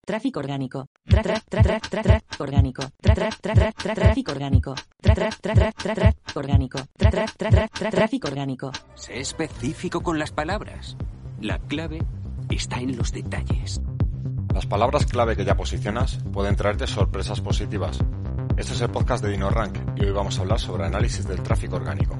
Tráfico orgánico. Tráfico orgánico. Tráfico orgánico. Orgánico. Tráfico orgánico. Sé específico con las palabras. La clave está en los detalles. Las palabras clave que ya posicionas pueden traerte sorpresas positivas. Este es el podcast de DinoRank y hoy vamos a hablar sobre análisis del tráfico orgánico.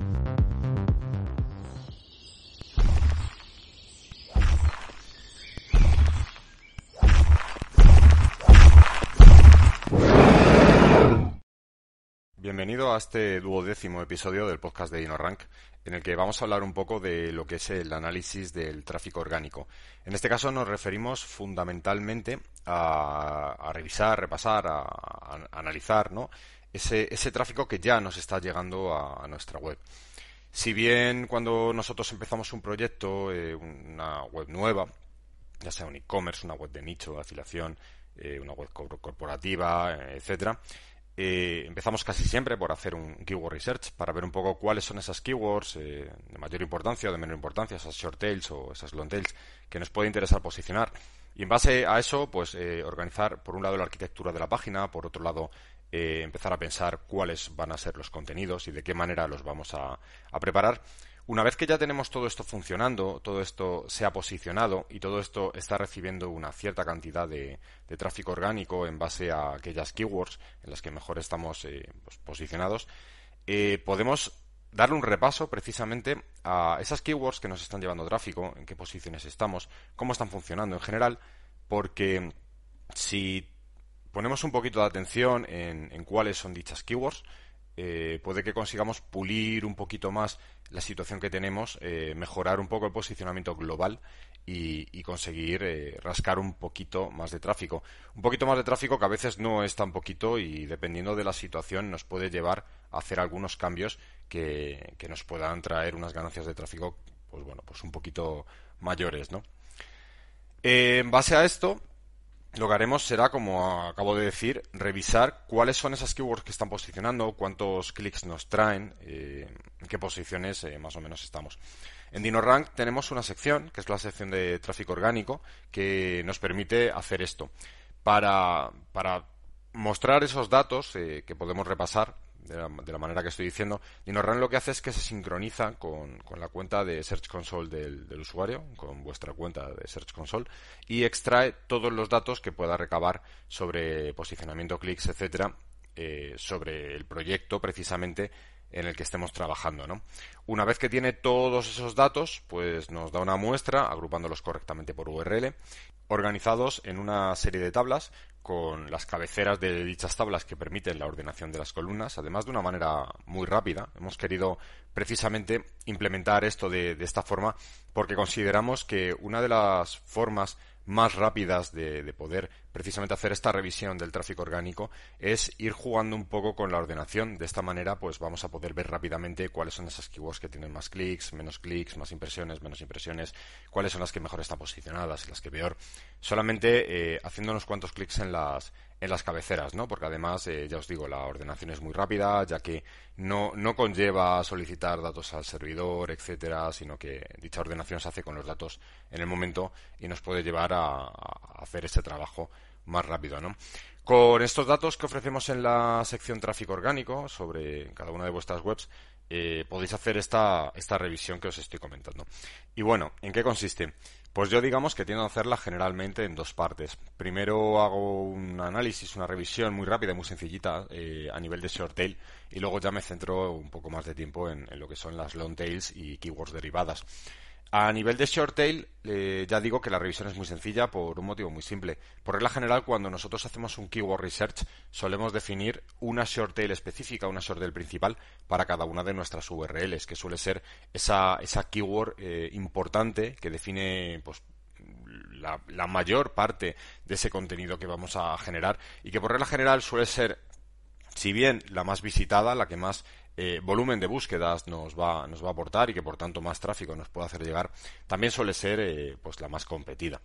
Bienvenido a este 12º episodio del podcast de DinoRank, en el que vamos a hablar un poco de lo que es el análisis del tráfico orgánico. En este caso nos referimos fundamentalmente a revisar, repasar, a analizar, ¿no?, ese tráfico que ya nos está llegando a nuestra web. Si bien cuando nosotros empezamos un proyecto, una web nueva, ya sea un e-commerce, una web de nicho, de afiliación, una web corporativa, etcétera, empezamos casi siempre por hacer un keyword research para ver un poco cuáles son esas keywords de mayor importancia o de menor importancia, esas short tails o esas long tails que nos puede interesar posicionar. Y en base a eso, pues organizar por un lado la arquitectura de la página, por otro lado empezar a pensar cuáles van a ser los contenidos y de qué manera los vamos a preparar. Una vez que ya tenemos todo esto funcionando, todo esto se ha posicionado y todo esto está recibiendo una cierta cantidad de tráfico orgánico en base a aquellas keywords en las que mejor estamos posicionados, podemos darle un repaso precisamente a esas keywords que nos están llevando tráfico, en qué posiciones estamos, cómo están funcionando en general, porque si ponemos un poquito de atención en cuáles son dichas keywords, puede que consigamos pulir un poquito más la situación que tenemos, mejorar un poco el posicionamiento global y conseguir rascar un poquito más de tráfico. Un poquito más de tráfico que a veces no es tan poquito y dependiendo de la situación nos puede llevar a hacer algunos cambios que nos puedan traer unas ganancias de tráfico pues un poquito mayores, ¿no? En base a esto, lo que haremos será, como acabo de decir, revisar cuáles son esas keywords que están posicionando, cuántos clics nos traen, en qué posiciones más o menos estamos. En DinoRank tenemos una sección, que es la sección de tráfico orgánico, que nos permite hacer esto. Para mostrar esos datos que podemos repasar de la manera que estoy diciendo, DinoRank lo que hace es que se sincroniza con la cuenta de Search Console del usuario, con vuestra cuenta de Search Console, y extrae todos los datos que pueda recabar sobre posicionamiento, clics, etcétera, sobre el proyecto precisamente en el que estemos trabajando, ¿no? Una vez que tiene todos esos datos, pues nos da una muestra, agrupándolos correctamente por URL, organizados en una serie de tablas con las cabeceras de dichas tablas que permiten la ordenación de las columnas, además de una manera muy rápida. Hemos querido precisamente implementar esto de esta forma porque consideramos que una de las formas más rápidas de poder precisamente hacer esta revisión del tráfico orgánico es ir jugando un poco con la ordenación. De esta manera pues vamos a poder ver rápidamente cuáles son esas keywords que tienen más clics, más impresiones, menos impresiones, cuáles son las que mejor están posicionadas y las que peor, solamente haciendo unos cuantos clics en las cabeceras, ¿no? Porque además, ya os digo, la ordenación es muy rápida, ya que no conlleva solicitar datos al servidor, etcétera, sino que dicha ordenación se hace con los datos en el momento y nos puede llevar a hacer ese trabajo más rápido, ¿no? Con estos datos que ofrecemos en la sección tráfico orgánico sobre cada una de vuestras webs, podéis hacer esta revisión que os estoy comentando. Y bueno, ¿en qué consiste? Pues yo digamos que tiendo a hacerla generalmente en dos partes. Primero hago un análisis, una revisión muy rápida y muy sencillita a nivel de short tail y luego ya me centro un poco más de tiempo en lo que son las long tails y keywords derivadas. A nivel de short tail, ya digo que la revisión es muy sencilla por un motivo muy simple. Por regla general, cuando nosotros hacemos un keyword research, solemos definir una short tail específica, una short tail principal, para cada una de nuestras URLs, que suele ser esa keyword importante que define pues la mayor parte de ese contenido que vamos a generar y que por regla general suele ser, si bien la más visitada, la que más volumen de búsquedas nos va a aportar y que por tanto más tráfico nos puede hacer llegar, también suele ser pues la más competida.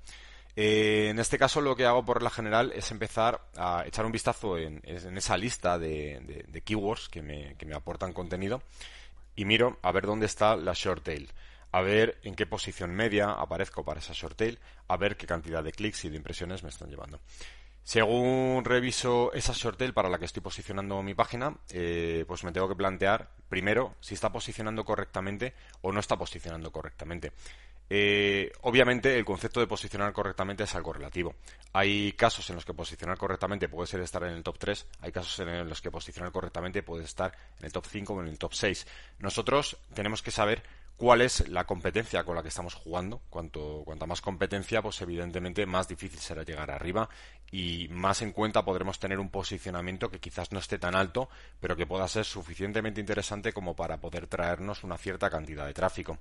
En este caso lo que hago por regla general es empezar a echar un vistazo en esa lista de keywords que me aportan contenido y miro a ver dónde está la short tail. a ver en qué posición media aparezco para esa short tail, a ver qué cantidad de clics y de impresiones me están llevando. Según reviso esa short tail para la que estoy posicionando mi página, pues me tengo que plantear primero si está posicionando correctamente o no está posicionando correctamente. Obviamente el concepto de posicionar correctamente es algo relativo. Hay casos en los que posicionar correctamente puede ser estar en el top 3, hay casos en los que posicionar correctamente puede estar en el top 5 o en el top 6. Nosotros tenemos que saber cuál es la competencia con la que estamos jugando. Cuanta más competencia, pues evidentemente más difícil será llegar arriba y más en cuenta podremos tener un posicionamiento que quizás no esté tan alto, pero que pueda ser suficientemente interesante como para poder traernos una cierta cantidad de tráfico.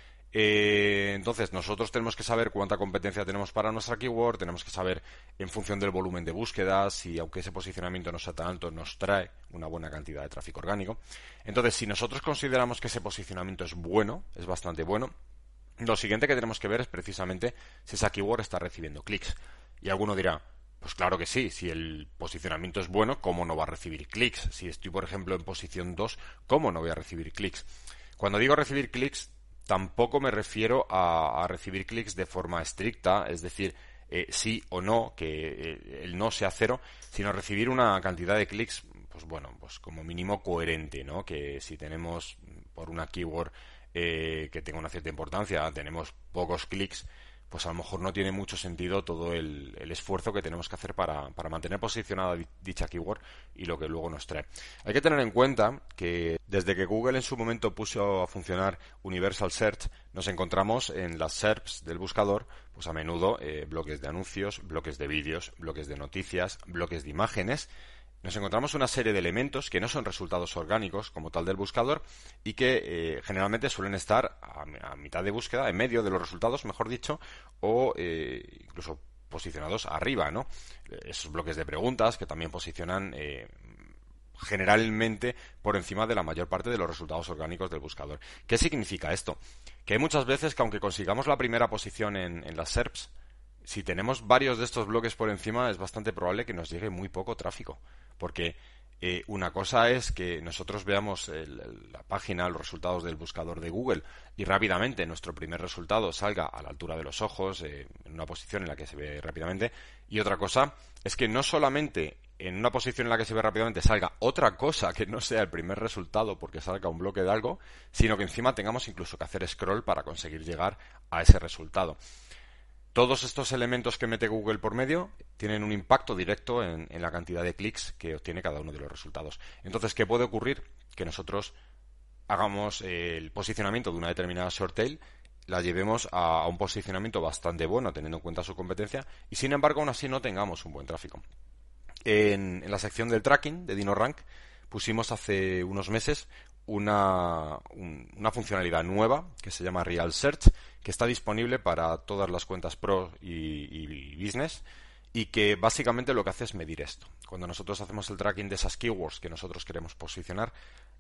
Entonces nosotros tenemos que saber cuánta competencia tenemos para nuestra keyword, tenemos que saber en función del volumen de búsquedas si aunque ese posicionamiento no sea tan alto nos trae una buena cantidad de tráfico orgánico. Entonces si nosotros consideramos que ese posicionamiento es bueno, es bastante bueno, lo siguiente que tenemos que ver es precisamente si esa keyword está recibiendo clics. Y alguno dirá, pues claro que sí, si el posicionamiento es bueno, ¿cómo no va a recibir clics? Si estoy por ejemplo en posición 2, ¿cómo no voy a recibir clics? Cuando digo recibir clics tampoco me refiero a recibir clics de forma estricta, es decir, sí o no, que el no sea 0, sino recibir una cantidad de clics, pues bueno, pues como mínimo coherente, ¿no? Que si tenemos por una keyword que tenga una cierta importancia, tenemos pocos clics, pues a lo mejor no tiene mucho sentido todo el esfuerzo que tenemos que hacer para mantener posicionada dicha keyword y lo que luego nos trae. Hay que tener en cuenta que desde que Google en su momento puso a funcionar Universal Search, nos encontramos en las SERPs del buscador, pues a menudo bloques de anuncios, bloques de vídeos, bloques de noticias, bloques de imágenes. Nos encontramos una serie de elementos que no son resultados orgánicos como tal del buscador y que generalmente suelen estar a mitad de búsqueda, en medio de los resultados, mejor dicho, o incluso posicionados arriba, ¿no? Esos bloques de preguntas que también posicionan generalmente por encima de la mayor parte de los resultados orgánicos del buscador. ¿Qué significa esto? Que hay muchas veces que aunque consigamos la primera posición en las SERPs, si tenemos varios de estos bloques por encima es bastante probable que nos llegue muy poco tráfico, porque una cosa es que nosotros veamos la página, los resultados del buscador de Google y rápidamente nuestro primer resultado salga a la altura de los ojos, en una posición en la que se ve rápidamente, y otra cosa es que no solamente en una posición en la que se ve rápidamente salga otra cosa que no sea el primer resultado porque salga un bloque de algo, sino que encima tengamos incluso que hacer scroll para conseguir llegar a ese resultado. Todos estos elementos que mete Google por medio tienen un impacto directo en la cantidad de clics que obtiene cada uno de los resultados. Entonces, ¿qué puede ocurrir? Que nosotros hagamos el posicionamiento de una determinada short tail, la llevemos a un posicionamiento bastante bueno teniendo en cuenta su competencia y sin embargo aún así no tengamos un buen tráfico. En la sección del tracking de DinoRank pusimos hace unos meses una funcionalidad nueva que se llama Real Search, que está disponible para todas las cuentas Pro y Business y que básicamente lo que hace es medir esto. Cuando nosotros hacemos el tracking de esas keywords que nosotros queremos posicionar,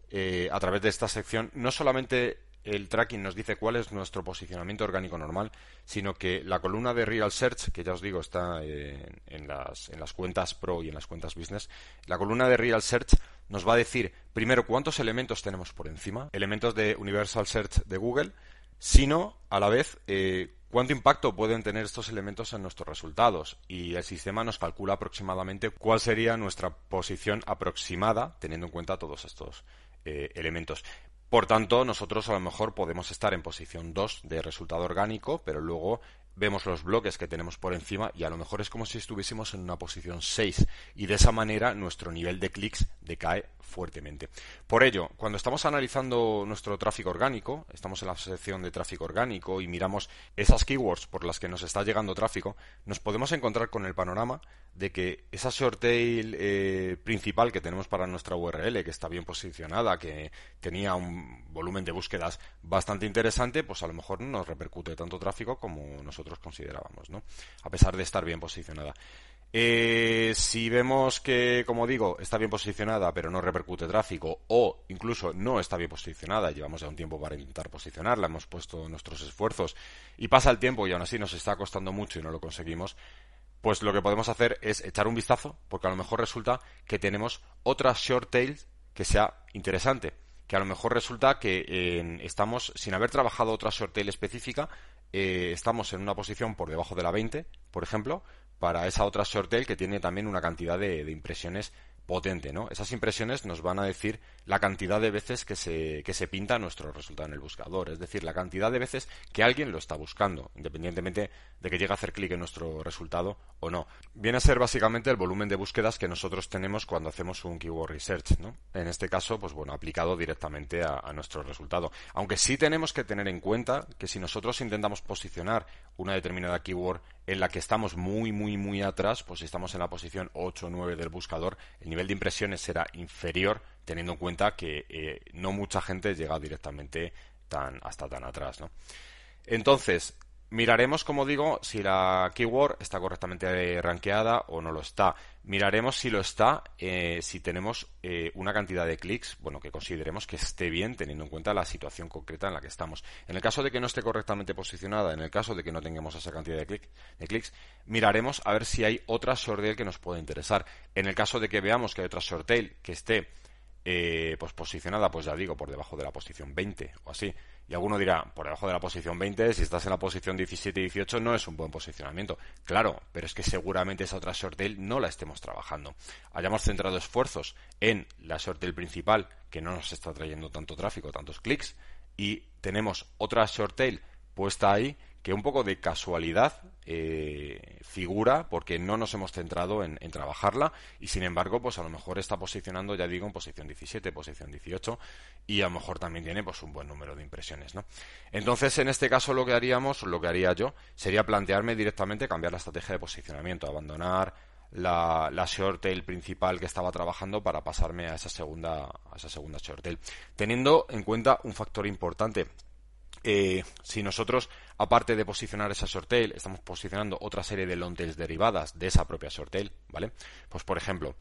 a través de esta sección no solamente el tracking nos dice cuál es nuestro posicionamiento orgánico normal, sino que la columna de Real Search, que ya os digo está en las cuentas Pro y en las cuentas Business, la columna de Real Search nos va a decir primero cuántos elementos tenemos por encima, elementos de Universal Search de Google, sino a la vez cuánto impacto pueden tener estos elementos en nuestros resultados, y el sistema nos calcula aproximadamente cuál sería nuestra posición aproximada teniendo en cuenta todos estos elementos. Por tanto, nosotros a lo mejor podemos estar en posición 2 de resultado orgánico, pero luego vemos los bloques que tenemos por encima y a lo mejor es como si estuviésemos en una posición 6 y de esa manera nuestro nivel de clics decae fuertemente. Por ello, cuando estamos analizando nuestro tráfico orgánico, estamos en la sección de tráfico orgánico y miramos esas keywords por las que nos está llegando tráfico, nos podemos encontrar con el panorama de que esa short tail principal que tenemos para nuestra URL, que está bien posicionada, que tenía un volumen de búsquedas bastante interesante, pues a lo mejor no nos repercute tanto tráfico como nosotros considerábamos, ¿no? A pesar de estar bien posicionada. Si vemos que, como digo, está bien posicionada pero no repercute tráfico, o incluso no está bien posicionada, llevamos ya un tiempo para intentar posicionarla, hemos puesto nuestros esfuerzos y pasa el tiempo y aún así nos está costando mucho y no lo conseguimos, pues lo que podemos hacer es echar un vistazo, porque a lo mejor resulta que tenemos otra short tail que sea interesante. que a lo mejor resulta que estamos, sin haber trabajado otra short tail específica, estamos en una posición por debajo de la 20, por ejemplo, para esa otra short tail que tiene también una cantidad de impresiones potente, ¿no? Esas impresiones nos van a decir la cantidad de veces que se pinta nuestro resultado en el buscador, es decir, la cantidad de veces que alguien lo está buscando, independientemente de que llegue a hacer clic en nuestro resultado o no. Viene a ser básicamente el volumen de búsquedas que nosotros tenemos cuando hacemos un keyword research, ¿no? En este caso, pues bueno, aplicado directamente a nuestro resultado. Aunque sí tenemos que tener en cuenta que si nosotros intentamos posicionar una determinada keyword en la que estamos muy atrás, pues si estamos en la posición 8 o 9 del buscador, el nivel de impresiones será inferior, teniendo en cuenta que no mucha gente llega directamente hasta tan atrás, ¿no? Entonces, miraremos, como digo, si la keyword está correctamente rankeada o no lo está. Miraremos si lo está, si tenemos una cantidad de clics, bueno, que consideremos que esté bien, teniendo en cuenta la situación concreta en la que estamos. En el caso de que no esté correctamente posicionada, en el caso de que no tengamos esa cantidad de clics, miraremos a ver si hay otra short tail que nos pueda interesar. En el caso de que veamos que hay otra short tail que esté pues posicionada, pues ya digo, por debajo de la posición 20 o así. Y alguno dirá, por debajo de la posición 20, si estás en la posición 17 y 18 no es un buen posicionamiento. Claro, pero es que seguramente esa otra short tail no la estemos trabajando. Hayamos centrado esfuerzos en la short tail principal, que no nos está trayendo tanto tráfico, tantos clics, y tenemos otra short tail puesta ahí, que un poco de casualidad figura porque no nos hemos centrado en trabajarla y sin embargo pues a lo mejor está posicionando, ya digo, en posición 17, posición 18 y a lo mejor también tiene pues un buen número de impresiones, ¿no? Entonces en este caso lo que haría yo sería plantearme directamente cambiar la estrategia de posicionamiento, abandonar la short tail principal que estaba trabajando para pasarme a esa segunda short tail, teniendo en cuenta un factor importante. Si nosotros, aparte de posicionar esa short tail, estamos posicionando otra serie de long tails derivadas de esa propia short tail, ¿vale? Pues por ejemplo,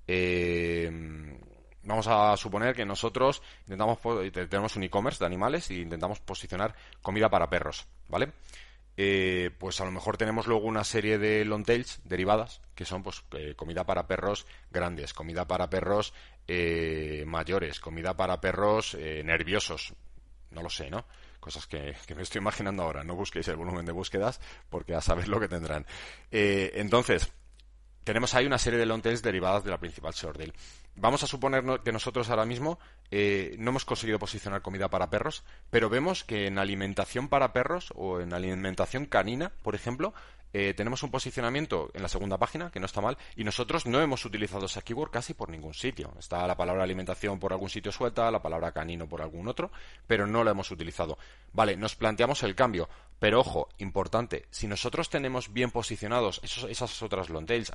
vamos a suponer que nosotros tenemos un e-commerce de animales e intentamos posicionar comida para perros, ¿vale? Pues a lo mejor tenemos luego una serie de long tails derivadas que son pues comida para perros grandes, comida para perros mayores, comida para perros nerviosos, no lo sé, ¿no? Cosas que me estoy imaginando ahora. No busquéis el volumen de búsquedas porque a saber lo que tendrán. Entonces, tenemos ahí una serie de long tails derivadas de la principal short tail. Vamos a suponer que nosotros ahora mismo no hemos conseguido posicionar comida para perros, pero vemos que en alimentación para perros o en alimentación canina, por ejemplo, tenemos un posicionamiento en la segunda página, que no está mal, y nosotros no hemos utilizado esa keyword casi por ningún sitio. Está la palabra alimentación por algún sitio suelta, la palabra canino por algún otro, pero no la hemos utilizado. Vale, nos planteamos el cambio, pero ojo, importante, si nosotros tenemos bien posicionados esas otras long tails,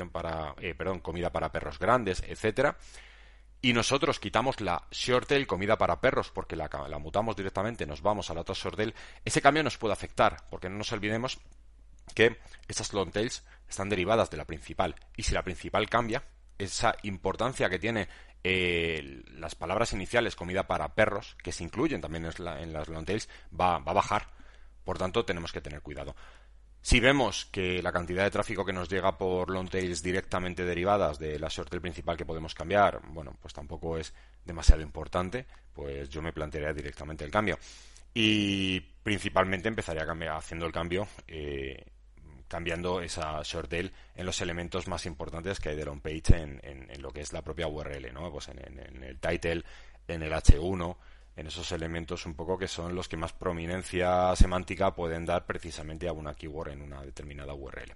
comida para perros grandes, etcétera, y nosotros quitamos la short tail comida para perros porque la mutamos directamente, nos vamos a la otra short tail, ese cambio nos puede afectar, porque no nos olvidemos que esas long tails están derivadas de la principal y si la principal cambia, esa importancia que tiene las palabras iniciales comida para perros, que se incluyen también en las long tails, va a bajar. Por tanto, tenemos que tener cuidado. Si vemos que la cantidad de tráfico que nos llega por long tails directamente derivadas de la short tail principal que podemos cambiar, bueno, pues tampoco es demasiado importante, pues yo me plantearía directamente el cambio. Y principalmente empezaría haciendo el cambio cambiando esa short tail en los elementos más importantes que hay de la homepage en lo que es la propia URL, ¿no? Pues en el title, en el H1, en esos elementos un poco que son los que más prominencia semántica pueden dar precisamente a una keyword en una determinada URL.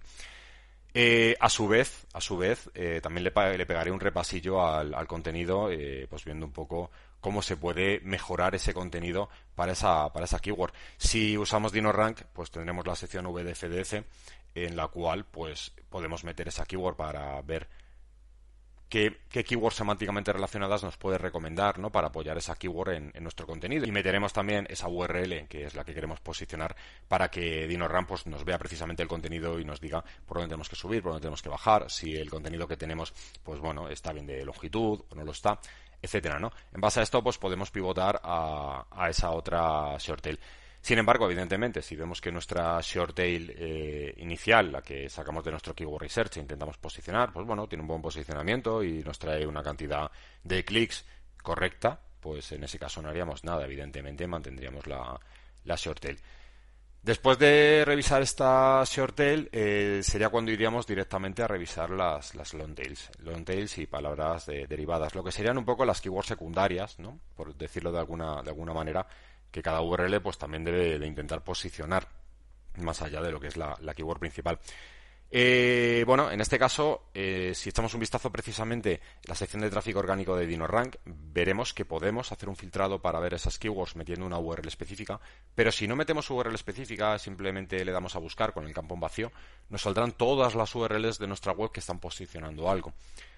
A su vez, también le pegaré un repasillo al contenido, pues viendo un poco cómo se puede mejorar ese contenido para esa keyword. Si usamos DinoRank, pues tendremos la sección VDFDF en la cual pues podemos meter esa keyword para ver qué keywords semánticamente relacionadas nos puede recomendar, ¿no? Para apoyar esa keyword en nuestro contenido. Y meteremos también esa URL, que es la que queremos posicionar, para que DinoRank pues, nos vea precisamente el contenido y nos diga por dónde tenemos que subir, por dónde tenemos que bajar, si el contenido que tenemos, pues bueno, está bien de longitud o no lo está, etcétera, ¿no? En base a esto, pues podemos pivotar a esa otra short tail. Sin embargo, evidentemente, si vemos que nuestra short tail inicial, la que sacamos de nuestro keyword research e intentamos posicionar, pues bueno, tiene un buen posicionamiento y nos trae una cantidad de clics correcta, pues en ese caso no haríamos nada, evidentemente mantendríamos la short tail. Después de revisar esta short tail, sería cuando iríamos directamente a revisar las long tails y palabras derivadas, lo que serían un poco las keywords secundarias, ¿no? Por decirlo de alguna manera, que cada URL pues también debe de intentar posicionar más allá de lo que es la keyword principal. Bueno, en este caso, si echamos un vistazo precisamente en la sección de tráfico orgánico de DynoRank, veremos que podemos hacer un filtrado para ver esas keywords metiendo una URL específica, pero si no metemos URL específica, simplemente le damos a buscar con el campo en vacío, nos saldrán todas las URLs de nuestra web que están posicionando algo.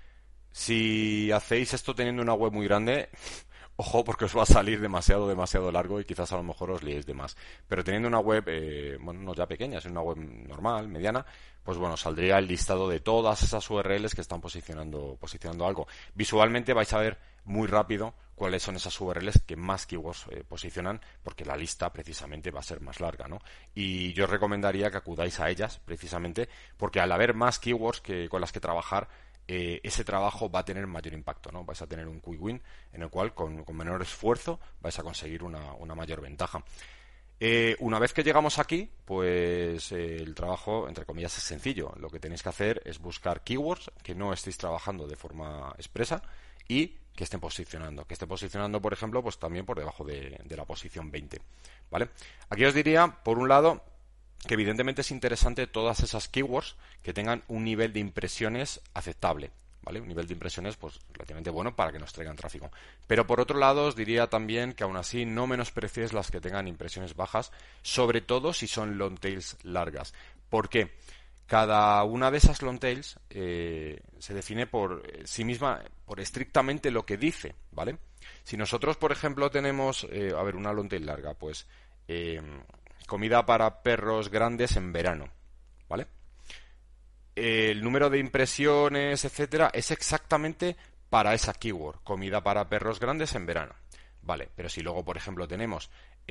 Si hacéis esto teniendo una web muy grande, ojo, porque os va a salir demasiado largo y quizás a lo mejor os liéis de más. Pero teniendo una web, bueno, no ya pequeña, sino una web normal, mediana, pues bueno, saldría el listado de todas esas URLs que están posicionando algo. Visualmente vais a ver muy rápido cuáles son esas URLs que más keywords posicionan, porque la lista precisamente va a ser más larga, ¿no? Y yo os recomendaría que acudáis a ellas precisamente porque al haber más keywords con las que trabajar, ese trabajo va a tener mayor impacto, ¿no? Vais a tener un quick win en el cual con menor esfuerzo vais a conseguir una mayor ventaja. Una vez que llegamos aquí, pues el trabajo, entre comillas, es sencillo. Lo que tenéis que hacer es buscar keywords que no estéis trabajando de forma expresa y que estén posicionando. Que esté posicionando, por ejemplo, pues también por debajo de la posición 20, ¿vale? Aquí os diría, por un lado, que evidentemente es interesante todas esas keywords que tengan un nivel de impresiones aceptable, ¿vale? Un nivel de impresiones pues relativamente bueno para que nos traigan tráfico. Pero por otro lado os diría también que aún así no menosprecies las que tengan impresiones bajas, sobre todo si son long tails largas. ¿Por qué? Cada una de esas long tails se define por sí misma, por estrictamente lo que dice, ¿vale? Si nosotros, por ejemplo, tenemos, una long tail larga, pues comida para perros grandes en verano, ¿vale? El número de impresiones, etcétera, es exactamente para esa keyword, comida para perros grandes en verano, ¿vale? Pero si luego, por ejemplo, tenemos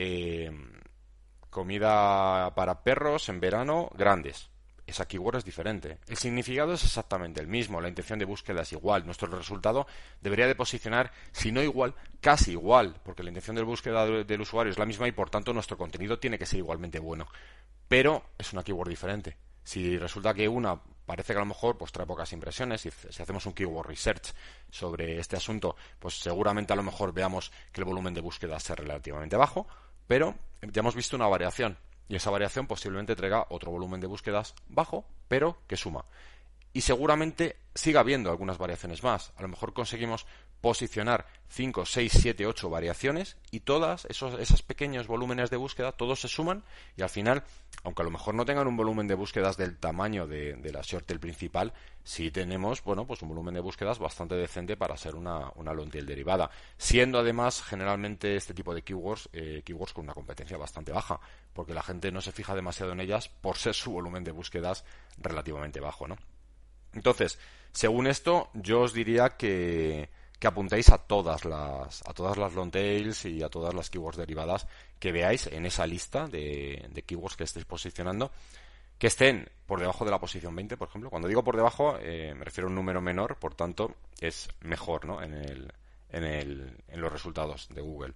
comida para perros en verano grandes, esa keyword es diferente. El significado es exactamente el mismo, la intención de búsqueda es igual, nuestro resultado debería de posicionar, si no igual, casi igual, porque la intención de búsqueda del usuario es la misma y por tanto nuestro contenido tiene que ser igualmente bueno. Pero es una keyword diferente. Si resulta que una parece que a lo mejor pues trae pocas impresiones, y si hacemos un keyword research sobre este asunto, pues seguramente a lo mejor veamos que el volumen de búsqueda sea relativamente bajo, pero ya hemos visto una variación. Y esa variación posiblemente traiga otro volumen de búsquedas bajo, pero que suma. Y seguramente siga habiendo algunas variaciones más. A lo mejor conseguimos posicionar 5, 6, 7, 8 variaciones y todas esos pequeños volúmenes de búsqueda, todos se suman y al final, aunque a lo mejor no tengan un volumen de búsquedas del tamaño de la short tail principal, sí tenemos, bueno, pues un volumen de búsquedas bastante decente para ser una long tail derivada, siendo además generalmente este tipo de keywords con una competencia bastante baja, porque la gente no se fija demasiado en ellas por ser su volumen de búsquedas relativamente bajo, ¿no? Entonces, según esto, yo os diría que apuntéis a todas las long tails y a todas las keywords derivadas que veáis en esa lista de keywords que estéis posicionando, que estén por debajo de la posición 20, por ejemplo. Cuando digo por debajo, me refiero a un número menor, por tanto, es mejor, ¿no? en los resultados de Google.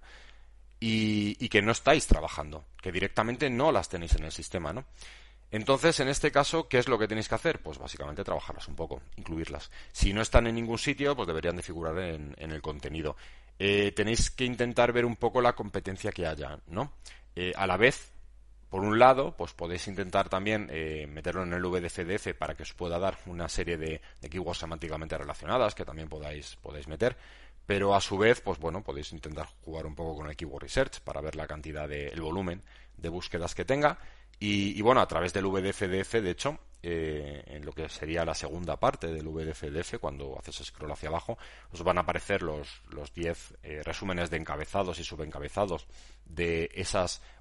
Y que no estáis trabajando, que directamente no las tenéis en el sistema, ¿no? Entonces, en este caso, ¿qué es lo que tenéis que hacer? Pues básicamente trabajarlas un poco, incluirlas. Si no están en ningún sitio, pues deberían de figurar en el contenido. Tenéis que intentar ver un poco la competencia que haya, ¿no? A la vez, por un lado, pues podéis intentar también meterlo en el VDFDF para que os pueda dar una serie de keywords semánticamente relacionadas que también podéis meter. Pero a su vez, pues bueno, podéis intentar jugar un poco con el Keyword Research para ver la cantidad el volumen de búsquedas que tenga. Y bueno, a través del VDFDF, de hecho, en lo que sería la segunda parte del VDFDF, cuando haces scroll hacia abajo, os van a aparecer los 10 resúmenes de encabezados y subencabezados de esas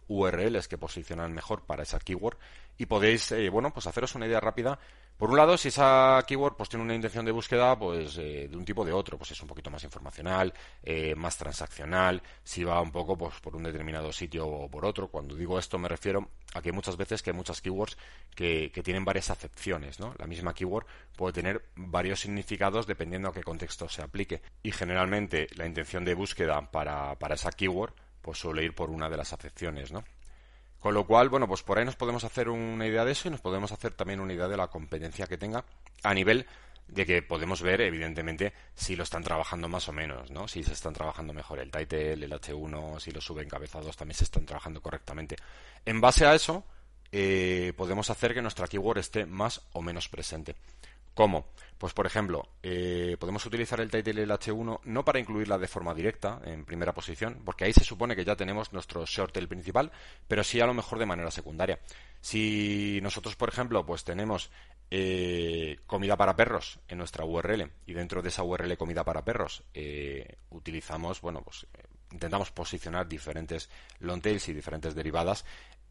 URLs que posicionan mejor para esa keyword y podéis, pues haceros una idea rápida. Por un lado, si esa keyword pues tiene una intención de búsqueda pues de un tipo o de otro, pues es un poquito más informacional, más transaccional, si va un poco pues por un determinado sitio o por otro. Cuando digo esto me refiero a que muchas veces que hay muchas keywords que tienen varias acepciones, ¿no? La misma keyword puede tener varios significados dependiendo a qué contexto se aplique. Y generalmente la intención de búsqueda para esa keyword pues suele ir por una de las acepciones, ¿no? Con lo cual, bueno, pues por ahí nos podemos hacer una idea de eso y nos podemos hacer también una idea de la competencia que tenga a nivel de que podemos ver, evidentemente, si lo están trabajando más o menos, ¿no? Si se están trabajando mejor el title, el H1, si los subencabezados también se están trabajando correctamente. En base a eso, podemos hacer que nuestra keyword esté más o menos presente. ¿Cómo? Pues, por ejemplo, podemos utilizar el title y el H1 no para incluirla de forma directa en primera posición, porque ahí se supone que ya tenemos nuestro short tail principal, pero sí a lo mejor de manera secundaria. Si nosotros, por ejemplo, pues tenemos comida para perros en nuestra URL y dentro de esa URL comida para perros utilizamos, intentamos posicionar diferentes long tails y diferentes derivadas.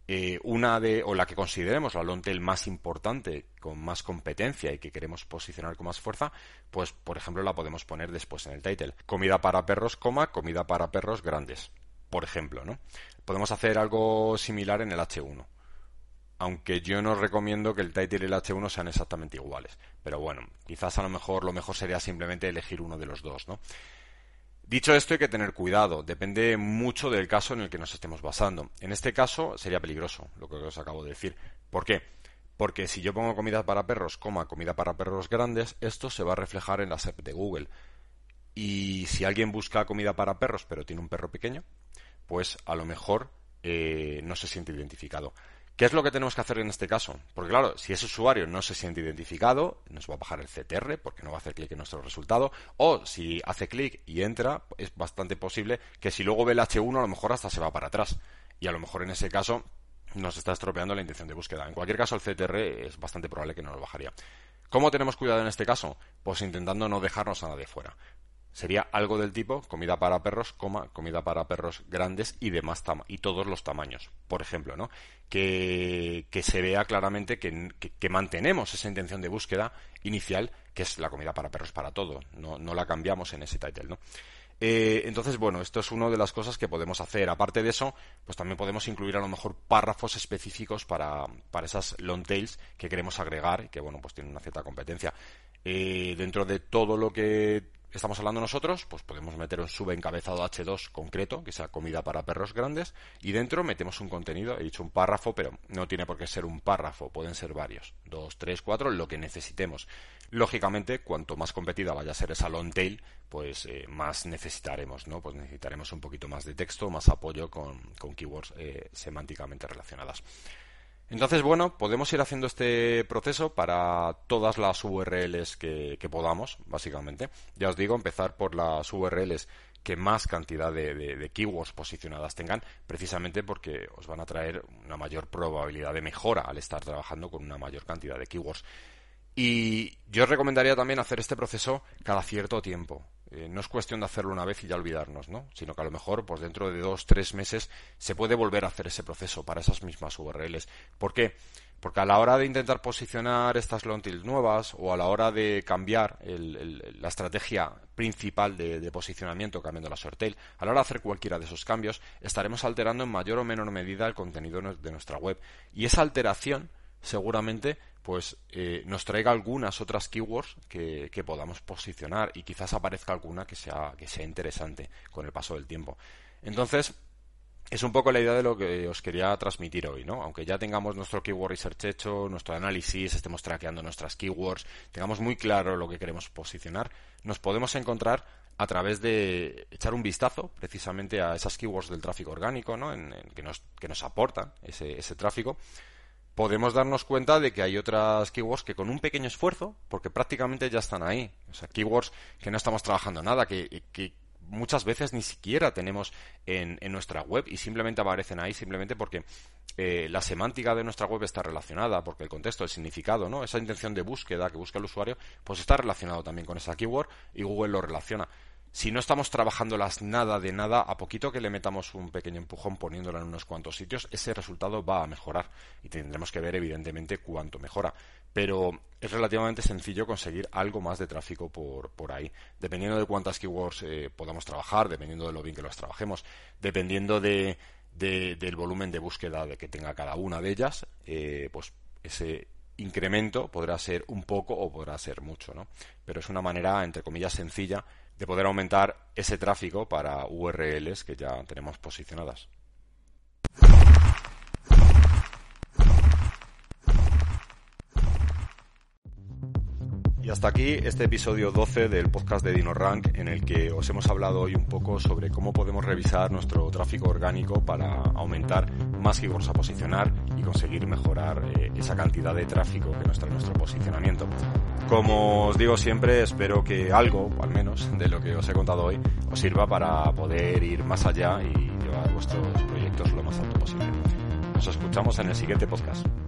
La que consideremos la long tail más importante, con más competencia y que queremos posicionar con más fuerza, pues por ejemplo la podemos poner después en el title. Comida para perros, comida para perros grandes, por ejemplo, ¿no? Podemos hacer algo similar en el H1. Aunque yo no recomiendo que el title y el H1 sean exactamente iguales. Pero bueno, quizás a lo mejor sería simplemente elegir uno de los dos, ¿no? Dicho esto, hay que tener cuidado. Depende mucho del caso en el que nos estemos basando. En este caso sería peligroso, lo que os acabo de decir. ¿Por qué? Porque si yo pongo comida para perros, comida para perros grandes, esto se va a reflejar en la SERP de Google. Y si alguien busca comida para perros, pero tiene un perro pequeño, pues a lo mejor no se siente identificado. ¿Qué es lo que tenemos que hacer en este caso? Porque claro, si ese usuario no se siente identificado, nos va a bajar el CTR porque no va a hacer clic en nuestro resultado, o si hace clic y entra, es bastante posible que si luego ve el H1 a lo mejor hasta se va para atrás. Y a lo mejor en ese caso nos está estropeando la intención de búsqueda. En cualquier caso, el CTR es bastante probable que no lo bajaría. ¿Cómo tenemos cuidado en este caso? Pues intentando no dejarnos a nadie fuera. Sería algo del tipo comida para perros, comida para perros grandes y demás y todos los tamaños, por ejemplo, ¿no? Que se vea claramente que mantenemos esa intención de búsqueda inicial, que es la comida para perros para todo, no la cambiamos en ese title, ¿no? Entonces, bueno, esto es una de las cosas que podemos hacer. Aparte de eso, pues también podemos incluir a lo mejor párrafos específicos para esas long tails que queremos agregar y que, bueno, pues tienen una cierta competencia. Dentro de todo lo que estamos hablando nosotros, pues podemos meter un subencabezado H2 concreto, que sea comida para perros grandes, y dentro metemos un contenido, he dicho un párrafo, pero no tiene por qué ser un párrafo, pueden ser varios, 2, 3, 4, lo que necesitemos. Lógicamente, cuanto más competida vaya a ser esa long tail, pues más necesitaremos, ¿no? Pues necesitaremos un poquito más de texto, más apoyo con keywords semánticamente relacionadas. Entonces, bueno, podemos ir haciendo este proceso para todas las URLs que podamos, básicamente. Ya os digo, empezar por las URLs que más cantidad de keywords posicionadas tengan, precisamente porque os van a traer una mayor probabilidad de mejora al estar trabajando con una mayor cantidad de keywords. Y yo os recomendaría también hacer este proceso cada cierto tiempo. No es cuestión de hacerlo una vez y ya olvidarnos, ¿no? Sino que a lo mejor, pues dentro de 2-3 meses, se puede volver a hacer ese proceso para esas mismas URLs. ¿Por qué? Porque a la hora de intentar posicionar estas long tails nuevas o a la hora de cambiar la estrategia principal de posicionamiento, cambiando la short tail, a la hora de hacer cualquiera de esos cambios, estaremos alterando en mayor o menor medida el contenido de nuestra web. Y esa alteración seguramente pues nos traiga algunas otras keywords que podamos posicionar y quizás aparezca alguna que sea interesante con el paso del tiempo. Entonces, es un poco la idea de lo que os quería transmitir hoy, ¿no? Aunque ya tengamos nuestro keyword research hecho, nuestro análisis, estemos traqueando nuestras keywords, tengamos muy claro lo que queremos posicionar, nos podemos encontrar a través de echar un vistazo precisamente a esas keywords del tráfico orgánico, ¿no? Que nos aportan ese tráfico. Podemos darnos cuenta de que hay otras keywords que con un pequeño esfuerzo, porque prácticamente ya están ahí, o sea, keywords que no estamos trabajando nada, que muchas veces ni siquiera tenemos en nuestra web y simplemente aparecen ahí simplemente porque la semántica de nuestra web está relacionada, porque el contexto, el significado, ¿no? Esa intención de búsqueda que busca el usuario, pues está relacionado también con esa keyword y Google lo relaciona. Si no estamos trabajándolas nada de nada, a poquito que le metamos un pequeño empujón poniéndola en unos cuantos sitios, ese resultado va a mejorar y tendremos que ver evidentemente cuánto mejora. Pero es relativamente sencillo conseguir algo más de tráfico por ahí, dependiendo de cuántas keywords podamos trabajar, dependiendo de lo bien que las trabajemos, dependiendo del volumen de búsqueda que tenga cada una de ellas, pues ese incremento podrá ser un poco o podrá ser mucho, ¿no? Pero es una manera, entre comillas, sencilla de poder aumentar ese tráfico para URLs que ya tenemos posicionadas. Y hasta aquí este episodio 12 del podcast de DinoRank, en el que os hemos hablado hoy un poco sobre cómo podemos revisar nuestro tráfico orgánico para aumentar más keywords a posicionar y conseguir mejorar esa cantidad de tráfico que nos trae nuestro posicionamiento. Como os digo siempre, espero que algo, o al menos, de lo que os he contado hoy, os sirva para poder ir más allá y llevar vuestros proyectos lo más alto posible. Nos escuchamos en el siguiente podcast.